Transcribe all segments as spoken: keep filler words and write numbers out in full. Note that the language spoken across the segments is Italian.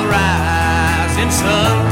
rising sun.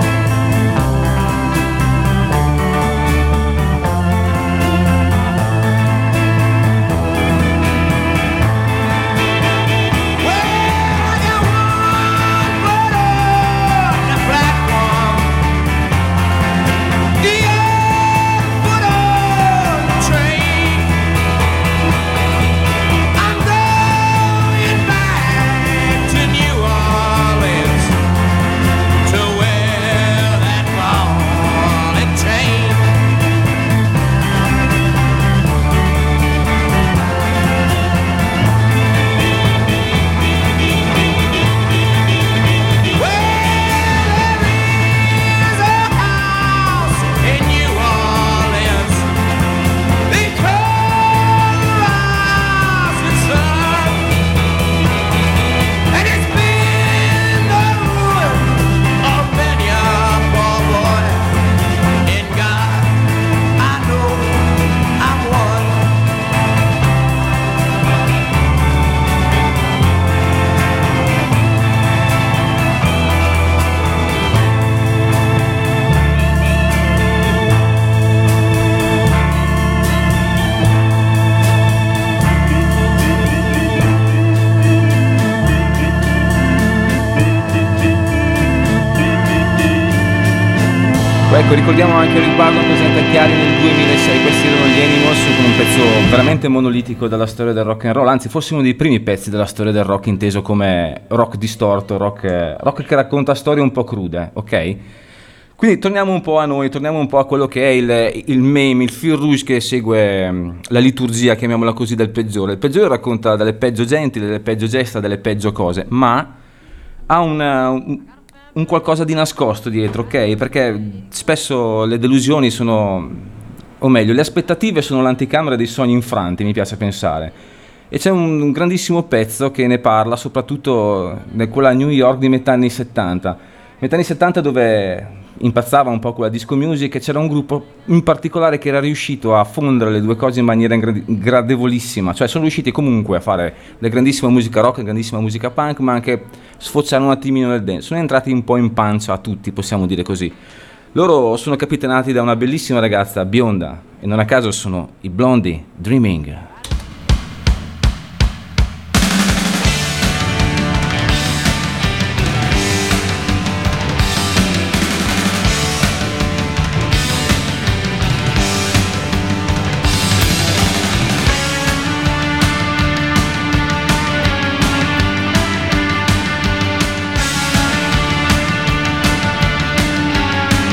Ecco, ricordiamo anche Rick Barton presenta Chiari nel duemilasei, questi erano gli Animals con un pezzo veramente monolitico della storia del rock and roll, anzi forse uno dei primi pezzi della storia del rock inteso come rock distorto, rock, rock che racconta storie un po' crude, ok? Quindi torniamo un po' a noi, torniamo un po' a quello che è il, il meme, il fil rouge che segue la liturgia, chiamiamola così, del peggiore. Il peggiore racconta delle peggio genti, delle peggio gesta, delle peggio cose, ma ha una... Un, un qualcosa di nascosto dietro, ok? Perché spesso le delusioni sono, o meglio, le aspettative sono l'anticamera dei sogni infranti, mi piace pensare. E c'è un grandissimo pezzo che ne parla, soprattutto in quella New York di metà anni settanta. Metà anni settanta dove impazzava un po' quella disco music e c'era un gruppo in particolare che era riuscito a fondere le due cose in maniera gradevolissima, cioè sono riusciti comunque a fare la grandissima musica rock, la grandissima musica punk, ma anche sfociare un attimino nel dance, sono entrati un po' in pancia a tutti, possiamo dire così. Loro sono capitanati da una bellissima ragazza bionda e non a caso sono i Blondie, Dreaming.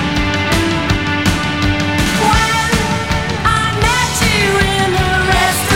I met you in a restaurant.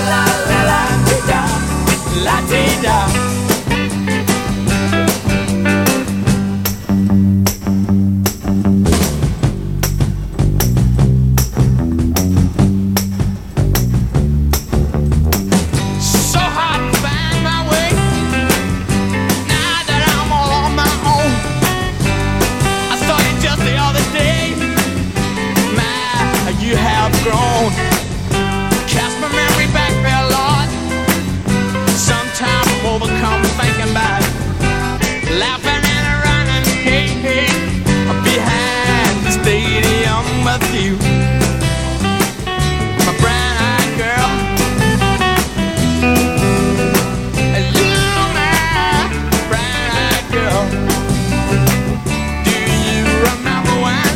la la la da, la da. Grown, cast my memory back there, Lord. Sometimes I'm overcome thinking about it, laughing and running, hey, hey, behind the stadium with you, my brown-eyed girl. You, my brown-eyed girl. Do you remember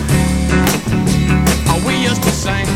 when we used to sing?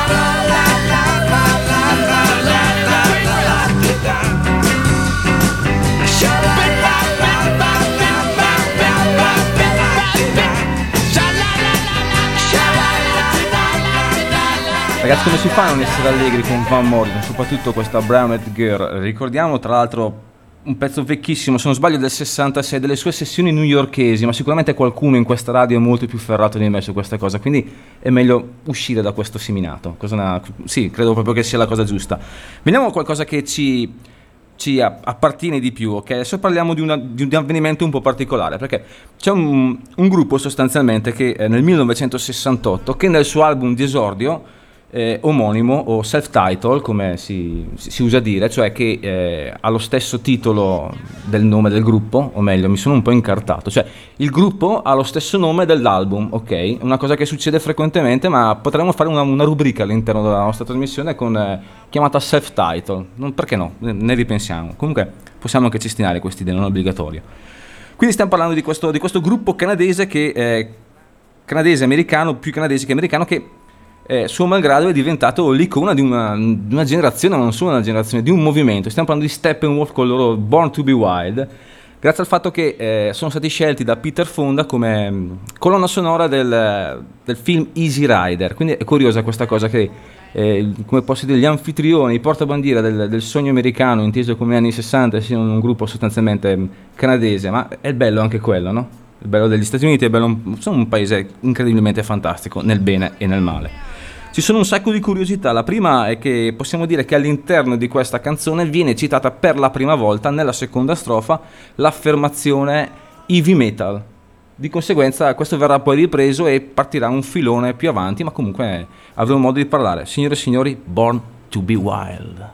Ragazzi, come si fa a non essere allegri con Van Morrison, soprattutto questa Brown-Eyed Girl? Ricordiamo tra l'altro un pezzo vecchissimo, se non sbaglio del sessantasei, delle sue sessioni newyorkesi, ma sicuramente qualcuno in questa radio è molto più ferrato di me su questa cosa, quindi è meglio uscire da questo seminato. Cosa una... Sì, credo proprio che sia la cosa giusta. Veniamo a qualcosa che ci, ci appartiene di più, ok? Adesso parliamo di, una, di un avvenimento un po' particolare, perché c'è un, un gruppo sostanzialmente che eh, nel millenovecentosessantotto, che nel suo album di esordio Eh, omonimo o self-title, come si, si usa dire, cioè che eh, ha lo stesso titolo del nome del gruppo, o meglio, mi sono un po' incartato, cioè il gruppo ha lo stesso nome dell'album, ok? Una cosa che succede frequentemente, ma potremmo fare una, una rubrica all'interno della nostra trasmissione con, eh, chiamata self-title, non, perché no? Ne ripensiamo. Comunque possiamo anche cestinare queste idee, non è obbligatorio. Quindi stiamo parlando di questo, di questo gruppo canadese che eh, canadese-americano, più canadese che americano, che Eh, suo malgrado è diventato l'icona di una, di una generazione, ma non solo una generazione, di un movimento. Stiamo parlando di Steppenwolf con il loro Born to be Wild, grazie al fatto che eh, sono stati scelti da Peter Fonda come colonna sonora del, del film Easy Rider. Quindi è curiosa questa cosa che eh, come posso dire, gli anfitrioni, i portabandiera del, del sogno americano, inteso come anni sessanta, siano un gruppo sostanzialmente canadese, ma è bello anche quello, no? Il bello degli Stati Uniti è bello, sono un paese incredibilmente fantastico, nel bene e nel male. Ci sono un sacco di curiosità. La prima è che possiamo dire che all'interno di questa canzone viene citata per la prima volta, nella seconda strofa, l'affermazione heavy metal. Di conseguenza questo verrà poi ripreso e partirà un filone più avanti, ma comunque avremo modo di parlare. Signore e signori, Born to be Wild.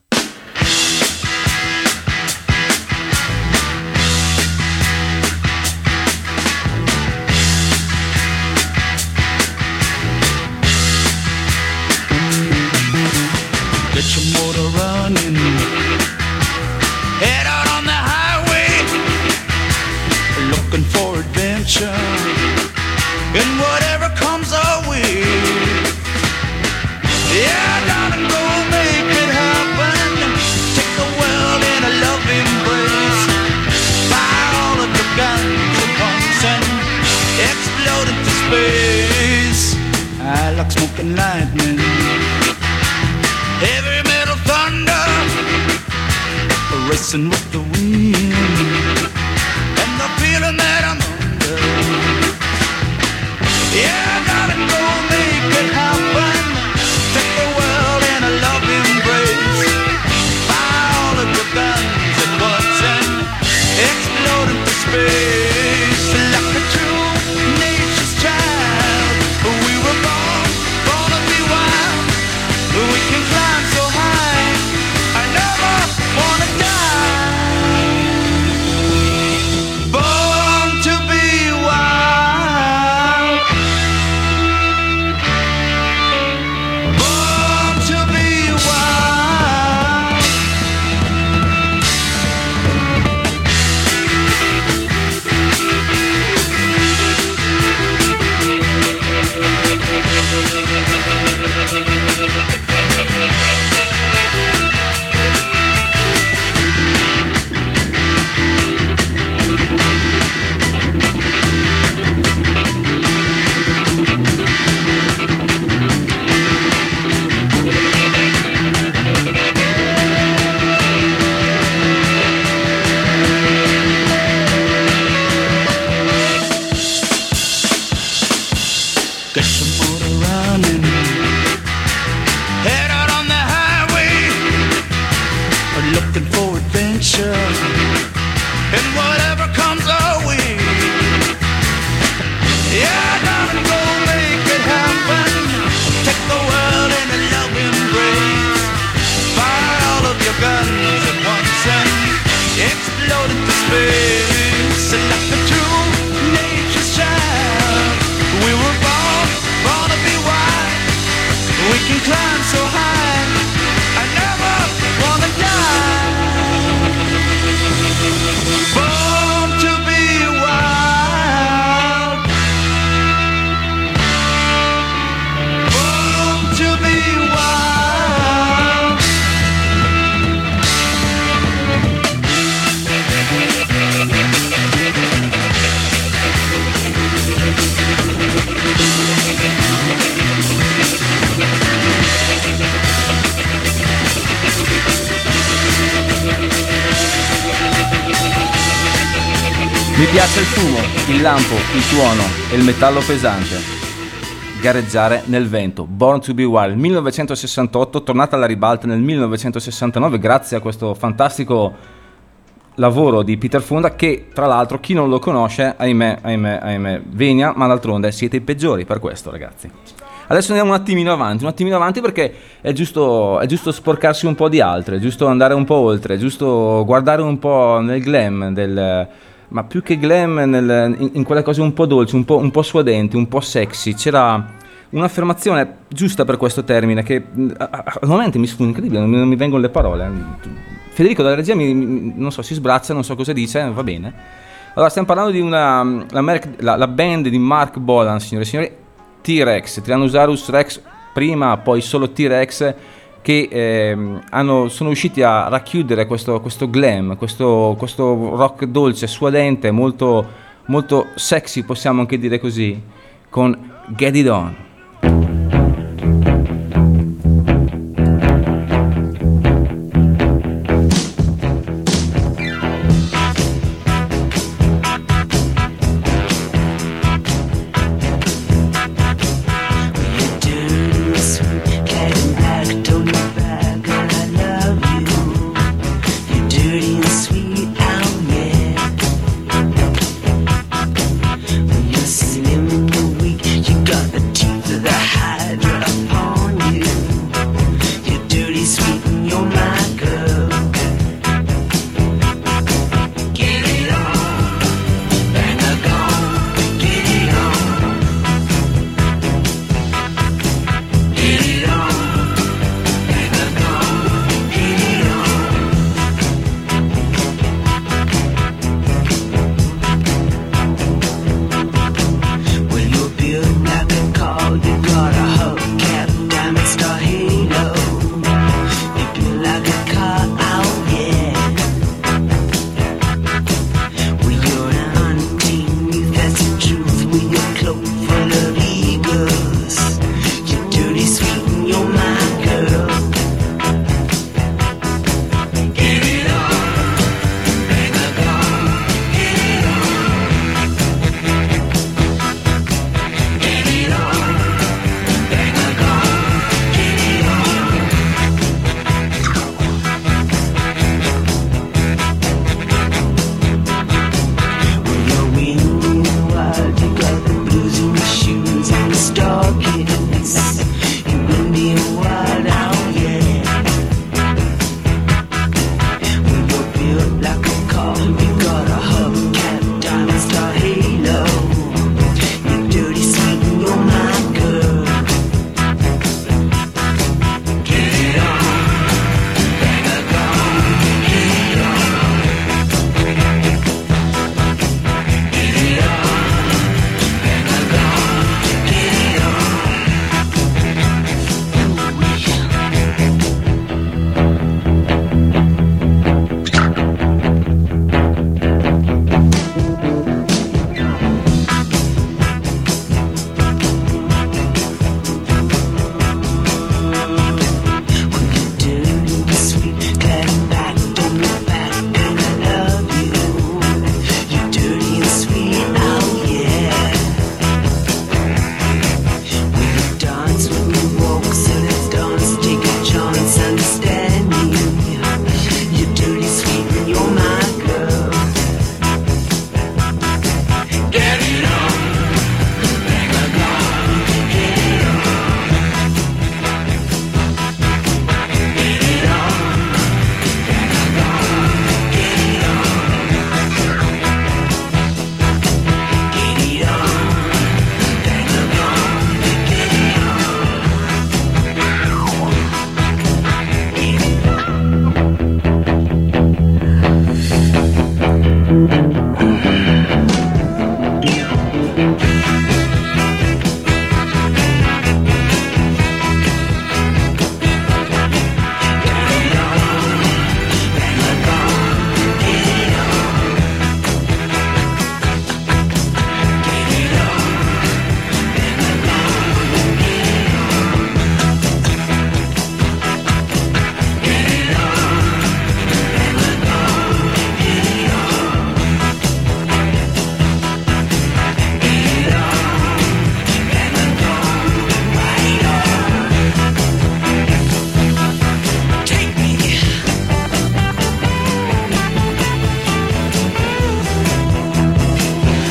Get your motor running, head out on the highway, looking for adventure, and whatever comes our way. Yeah, darling, go make it happen, take the world in a loving embrace, fire all of the guns at once and explode into space. I like smoking lightning, heavy metal thunder, racing with the wind, and the feeling that I'm under. Yeah, darling, go make it happen, take the world in a loving embrace, fire all of your guns at once and explode into space. Like a true nature's child, we were born, born to be wild. We can climb so high, I never wanna die. Born to be wild, born to be wild. Get your motor running, head out on the highway, looking for adventure, and whatever comes our way. Yeah, darling, go make it happen, take the world in a loving embrace, fire all of your guns at once and explode into space. Like a true nature's child, we were born, born to be wild. We can climb so high, I never wanna die. Born to be wild, born to be wild. Mi piace il fumo, il lampo, il tuono e il metallo pesante. Gareggiare nel vento. Born to be Wild, millenovecentosessantotto, tornata alla ribalta nel millenovecentosessantanove grazie a questo fantastico lavoro di Peter Fonda che, tra l'altro, chi non lo conosce, ahimè, ahimè, ahimè, venia, ma d'altronde siete i peggiori per questo, ragazzi. Adesso andiamo un attimino avanti, un attimino avanti perché è giusto, è giusto sporcarsi un po' di altro, è giusto andare un po' oltre, è giusto guardare un po' nel glam del... ma più che glam nel, in, in quelle cose un po' dolci, un po', un po' suadenti, un po' sexy. C'era un'affermazione giusta per questo termine che al momento mi sfugge, incredibile, non mi, non mi vengono le parole. Federico dalla regia mi, mi, non so, si sbrazza, non so cosa dice, va bene. Allora, stiamo parlando di una la, la, la band di Mark Bolan, signore e signori, T-Rex, Tyrannosaurus Rex prima, poi solo T-Rex, che eh, hanno, sono riusciti a racchiudere questo, questo glam, questo, questo rock dolce, suadente, molto, molto sexy, possiamo anche dire così, con Get It On.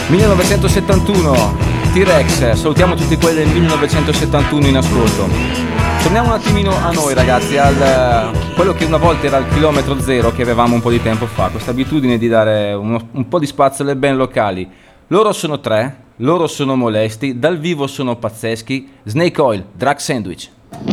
millenovecentosettantuno, T-Rex, salutiamo tutti quelli del millenovecentosettantuno in ascolto. Torniamo un attimino a noi ragazzi, al quello che una volta era il chilometro zero che avevamo un po' di tempo fa, questa abitudine di dare uno, un po' di spazio alle band locali. Loro sono tre, loro sono molesti, dal vivo sono pazzeschi. Snake Oil, Drug Sandwich.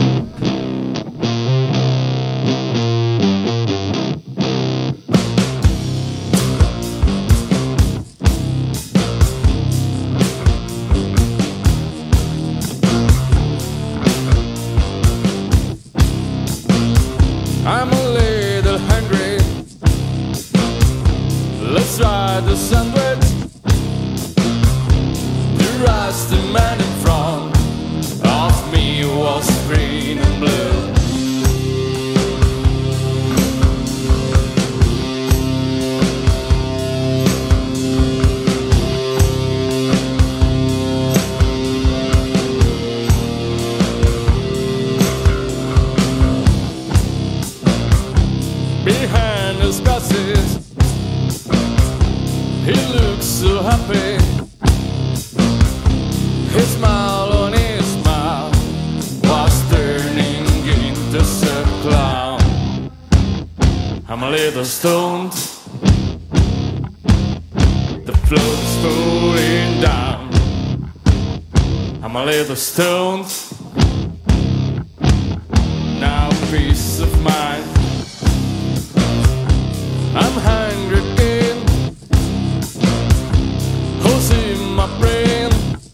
I'm a little hungry. Let's try the sandwich. The rest the man in front of me was green and blue. Behind his glasses, he looks so happy. His smile on his mouth was turning into a clown. I'm a little stoned, the floor's falling down. I'm a little stoned, now peace of mind. I'm hungry again, holes in my brain.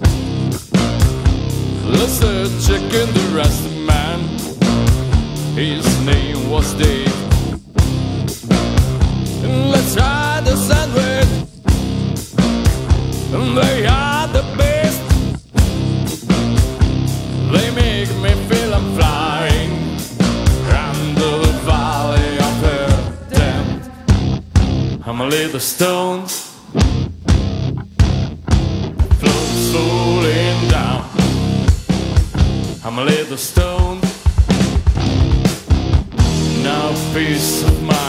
Let's uh, check in the rest of man. His name was Dave. And let's try the sandwich. And they are the best. They make me feel I'm flying round the valley of the damned. I'm a little stoned, float's falling down. I'm a little stoned, now peace of mind.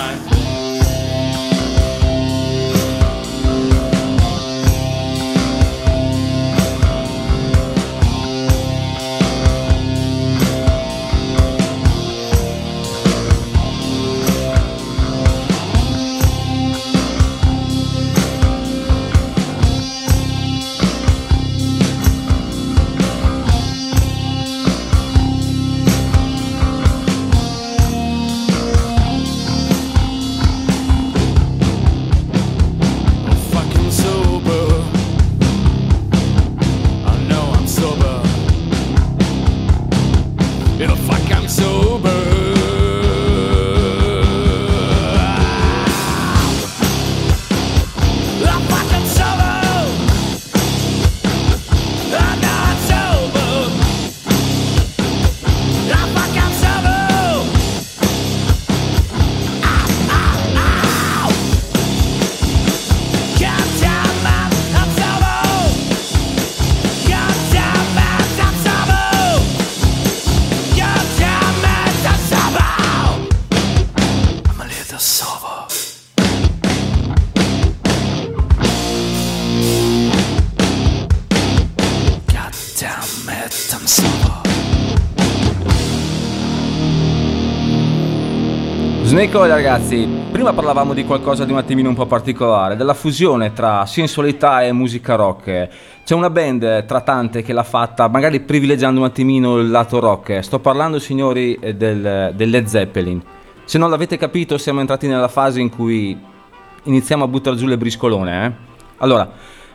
Snake Oil ragazzi, prima parlavamo di qualcosa di un attimino un po' particolare, della fusione tra sensualità e musica rock. C'è una band tra tante che l'ha fatta magari privilegiando un attimino il lato rock. Sto parlando signori del, del Led Zeppelin. Se non l'avete capito siamo entrati nella fase in cui iniziamo a buttare giù le briscolone, eh? Allora,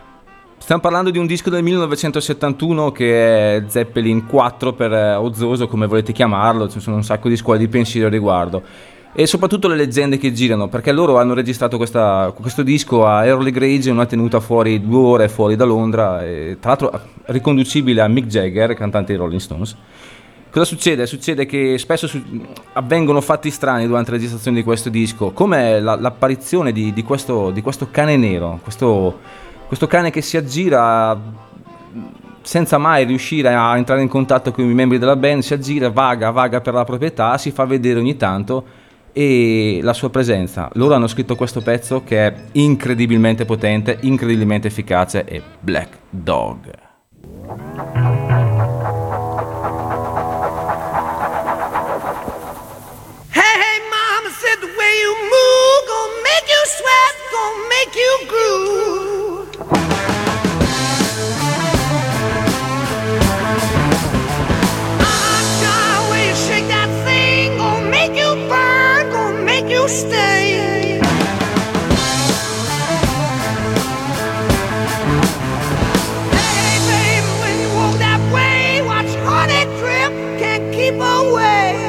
stiamo parlando di un disco del millenovecentosettantuno che è Zeppelin quattro per Ozzoso, come volete chiamarlo, ci sono un sacco di scuole di pensiero a riguardo. E soprattutto le leggende che girano, perché loro hanno registrato questa, questo disco a Early Grange, una tenuta fuori due ore fuori da Londra, e tra l'altro riconducibile a Mick Jagger, cantante dei Rolling Stones. Cosa succede? Succede che spesso su- avvengono fatti strani durante la registrazione di questo disco, come la, l'apparizione di, di, questo, di questo cane nero, questo, questo cane che si aggira senza mai riuscire a entrare in contatto con i membri della band, si aggira, vaga, vaga per la proprietà, si fa vedere ogni tanto e la sua presenza. Loro hanno scritto questo pezzo che è incredibilmente potente, incredibilmente efficace, e Black Dog. Sweat gonna make you groove. Ah, child, when you shake that thing, gonna make you burn, gonna make you stay. Hey, baby, when you walk that way, watch honey drip, can't keep away.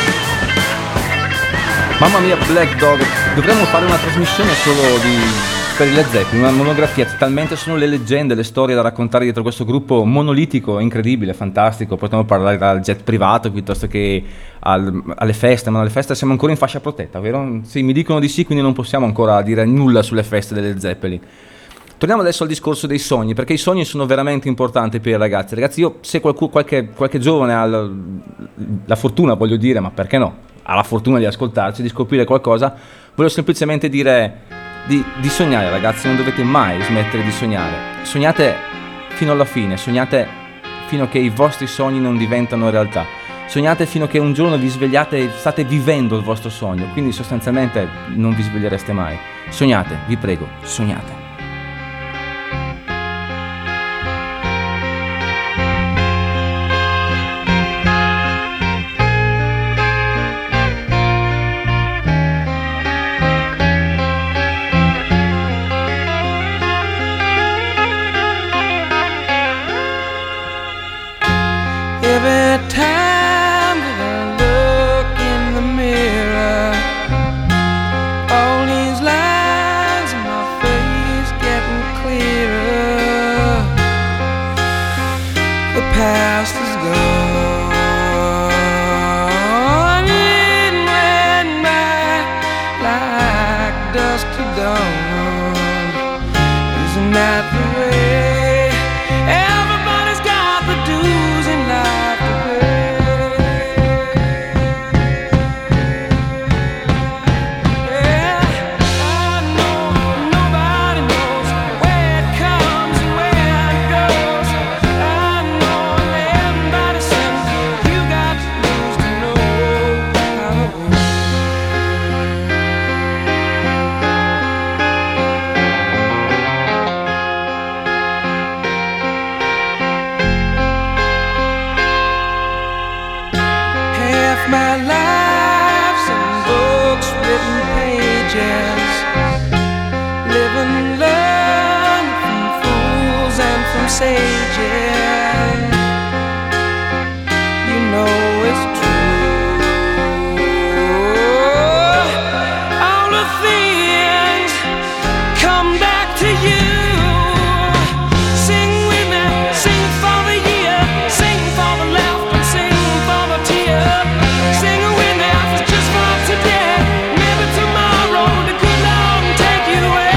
Mamma mia, Black Dog, dovremmo fare una trasmissione solo di per i Led Zeppelin, una monografia totalmente, sono le leggende, le storie da raccontare dietro questo gruppo monolitico, incredibile, fantastico. Potremmo parlare dal jet privato piuttosto che al, alle feste, ma alle feste siamo ancora in fascia protetta, vero? Sì, mi dicono di sì, quindi non possiamo ancora dire nulla sulle feste delle Led Zeppelin. Torniamo adesso al discorso dei sogni, perché i sogni sono veramente importanti per i ragazzi. Ragazzi, io se qualcuno, qualche, qualche giovane ha la, la fortuna, voglio dire, ma perché no, ha la fortuna di ascoltarci, di scoprire qualcosa, voglio semplicemente dire di, di sognare, ragazzi, non dovete mai smettere di sognare. Sognate fino alla fine, sognate fino a che i vostri sogni non diventano realtà. Sognate fino a che un giorno vi svegliate e state vivendo il vostro sogno, quindi sostanzialmente non vi svegliereste mai. Sognate, vi prego, sognate. Every time that I look in the mirror, all these lines in my face getting clearer. The past is gone, it went by like dusk to dawn. Isn't that the way everybody's got the dues in life to pay? Yeah, I know nobody knows where it comes and where it goes. I know everybody says you got to lose to know how it goes. Half my life's in books, written pages. Live and learn from fools and from sages. You know it's true. All the things come back to you. Sing with me, sing for the year, sing for the laugh and sing for the tear. Sing with me, just for today. Maybe tomorrow the good Lord will take you away.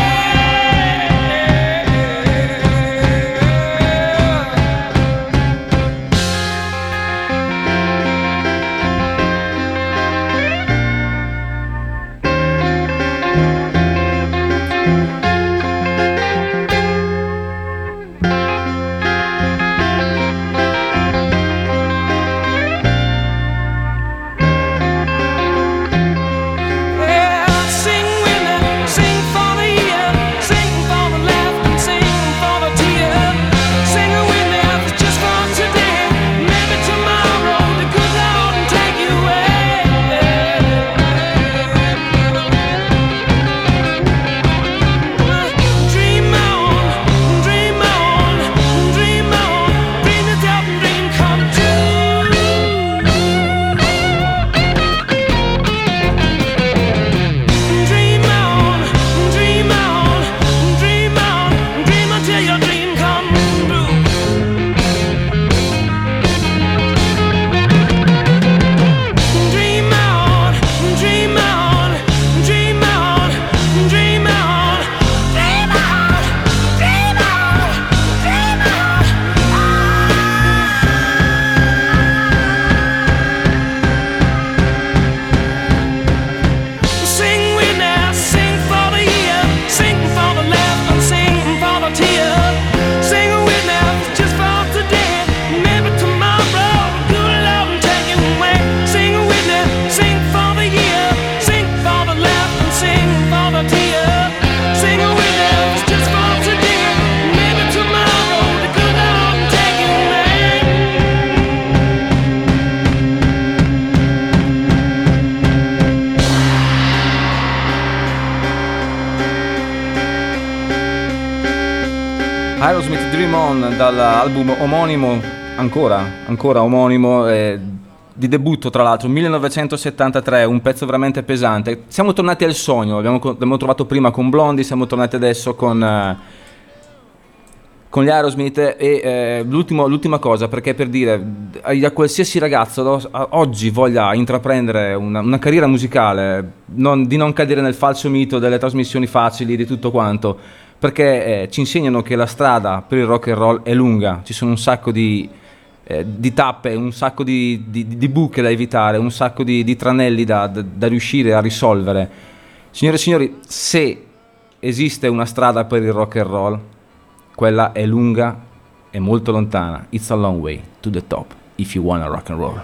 Yeah, sing with me, sing for the year, sing for the laugh and sing for the tear. Sing with me, just for today. Maybe tomorrow the good Lord will take you away. Dream on, dream on, dream on, dream yourself and dream come true. Dream on, dream on, dream on, dream until your dream come true. Dream on, dream on, dream on, dream on, dream on, dream on, dream on. Sing with me, sing for the year, sing for the laugh and sing for the tear. Sing with me, just for today. Maybe tomorrow, good Lord will take you away. Sing with me, sing for the year, sing for the laugh and sing for the tear. Sing with me, just for today. Maybe tomorrow, the good Lord will take you away. Aerosmith Dream On dall'album omonimo, ancora, ancora omonimo, eh, di debutto, tra l'altro, millenovecentosettantatré, un pezzo veramente pesante. Siamo tornati al sogno, l'abbiamo, l'abbiamo trovato prima con Blondie, siamo tornati adesso con, uh, con gli Aerosmith e uh, l'ultimo, l'ultima cosa, perché per dire a, a qualsiasi ragazzo no, a, oggi voglia intraprendere una, una carriera musicale, non, di non cadere nel falso mito delle trasmissioni facili, di tutto quanto, perché eh, ci insegnano che la strada per il rock and roll è lunga, ci sono un sacco di Eh, di tappe, un sacco di, di, di buche da evitare, un sacco di, di tranelli da, da, da riuscire a risolvere. Signore e signori, se esiste una strada per il rock and roll, quella è lunga e molto lontana. It's a long way to the top if you wanna rock and roll.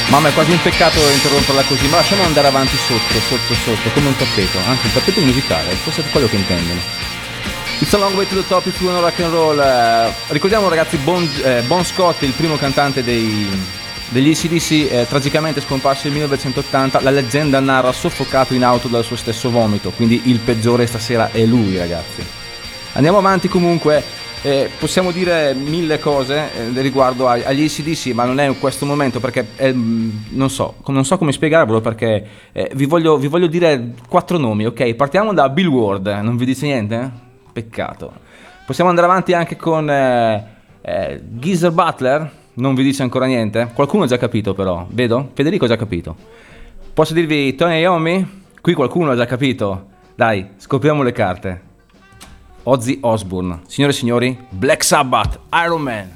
Mamma, è quasi un peccato interromperla così, ma lasciamo andare avanti sotto, sotto, sotto, come un tappeto, anche un tappeto musicale, forse è quello che intendono. It's a long way to the top, if you wanna rock and roll. Eh, ricordiamo ragazzi, Bon, eh, Bon Scott, il primo cantante dei, degli A C D C, eh, tragicamente scomparso nel millenovecentottanta, la leggenda narra soffocato in auto dal suo stesso vomito, quindi il peggiore stasera è lui ragazzi. Andiamo avanti comunque. Eh, possiamo dire mille cose eh, riguardo agli A C D C, ma non è in questo momento perché eh, non so, non so come spiegarvelo perché eh, vi, voglio, vi voglio dire quattro nomi, ok? Partiamo da Bill Ward, non vi dice niente? Peccato. Possiamo andare avanti anche con eh, eh, Geezer Butler, non vi dice ancora niente? Qualcuno ha già capito però, vedo? Federico ha già capito. Posso dirvi Tony Iommi? Qui qualcuno ha già capito. Dai, scopriamo le carte. Ozzy Osbourne. Signore e signori, Black Sabbath, Iron Man.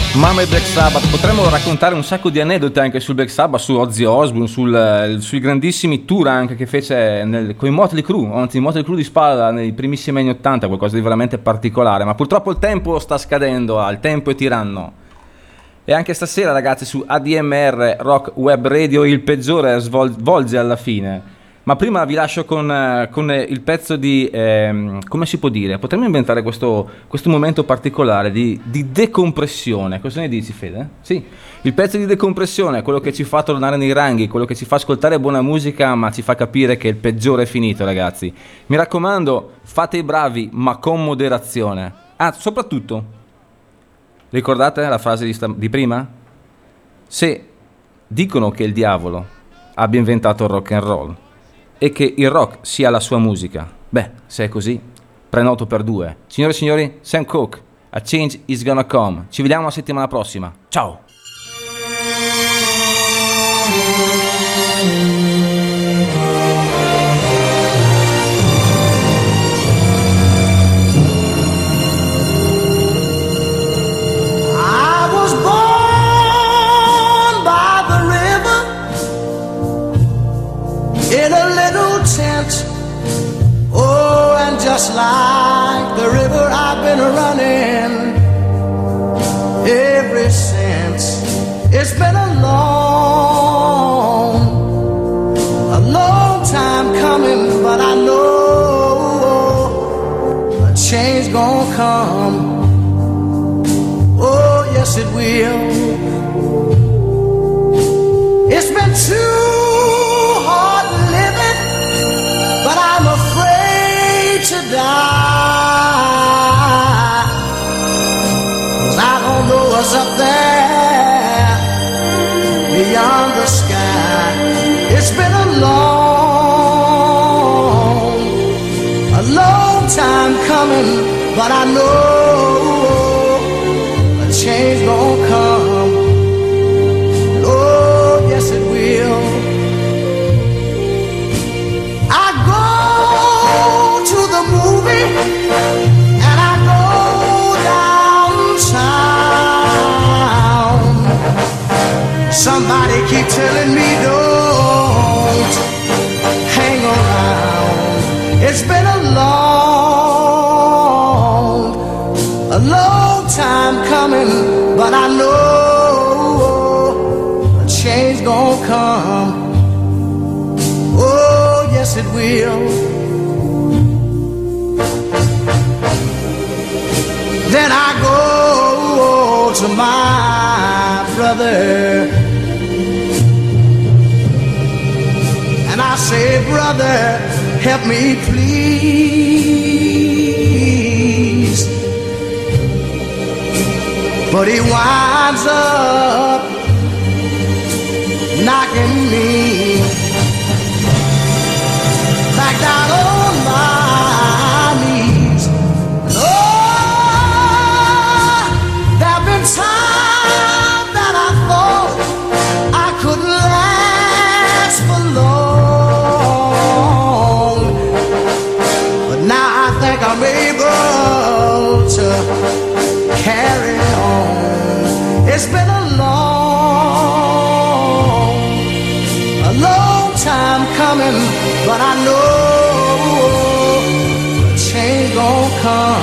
Mamma e Black Sabbath, potremmo raccontare un sacco di aneddoti anche sul Black Sabbath, su Ozzy Osbourne, sul, sui grandissimi tour anche che fece nel, con i Motley Crue, anzi i Motley Crue di Spalla nei primissimi anni ottanta, qualcosa di veramente particolare, ma purtroppo il tempo sta scadendo, il tempo è tiranno. E anche stasera ragazzi su A D M R Rock Web Radio il peggiore svol- volge alla fine. Ma prima vi lascio con, con il pezzo di, eh, come si può dire, potremmo inventare questo, questo momento particolare di, di decompressione. Cosa ne dici Fede? Sì, il pezzo di decompressione, quello che ci fa tornare nei ranghi, quello che ci fa ascoltare buona musica ma ci fa capire che il peggiore è finito ragazzi. Mi raccomando, fate i bravi ma con moderazione. Ah, soprattutto, ricordate la frase di, sta- di prima? Se dicono che il diavolo abbia inventato il rock and roll e che il rock sia la sua musica, beh, se è così, prenoto per due. Signore e signori, Sam Cooke, A Change Is Gonna Come. Ci vediamo la settimana prossima. Ciao! I was born by the river in a little tent. Oh, and just like the river I've been running ever since. It's been a long, a long time coming, but I know a change gonna come. Oh, yes it will. It's been too hard living, but I'm afraid to die, 'cause I don't know what's up there beyond the sky. It's been a long, a long time coming, but I know a change gonna come. Oh, yes it will. I go to the movie and I go downtown. Somebody keep telling me don't hang around. It's been a long, a long time coming, but I know a change gonna come. Oh, yes it will. Then I go to my brother and I say, brother, help me please. But he winds up knocking me back down on my knees. Oh, there've been times that I thought I could last for long, but now I think I'm able to carry on. It's been a long, a long time coming, but I know a change gon' come.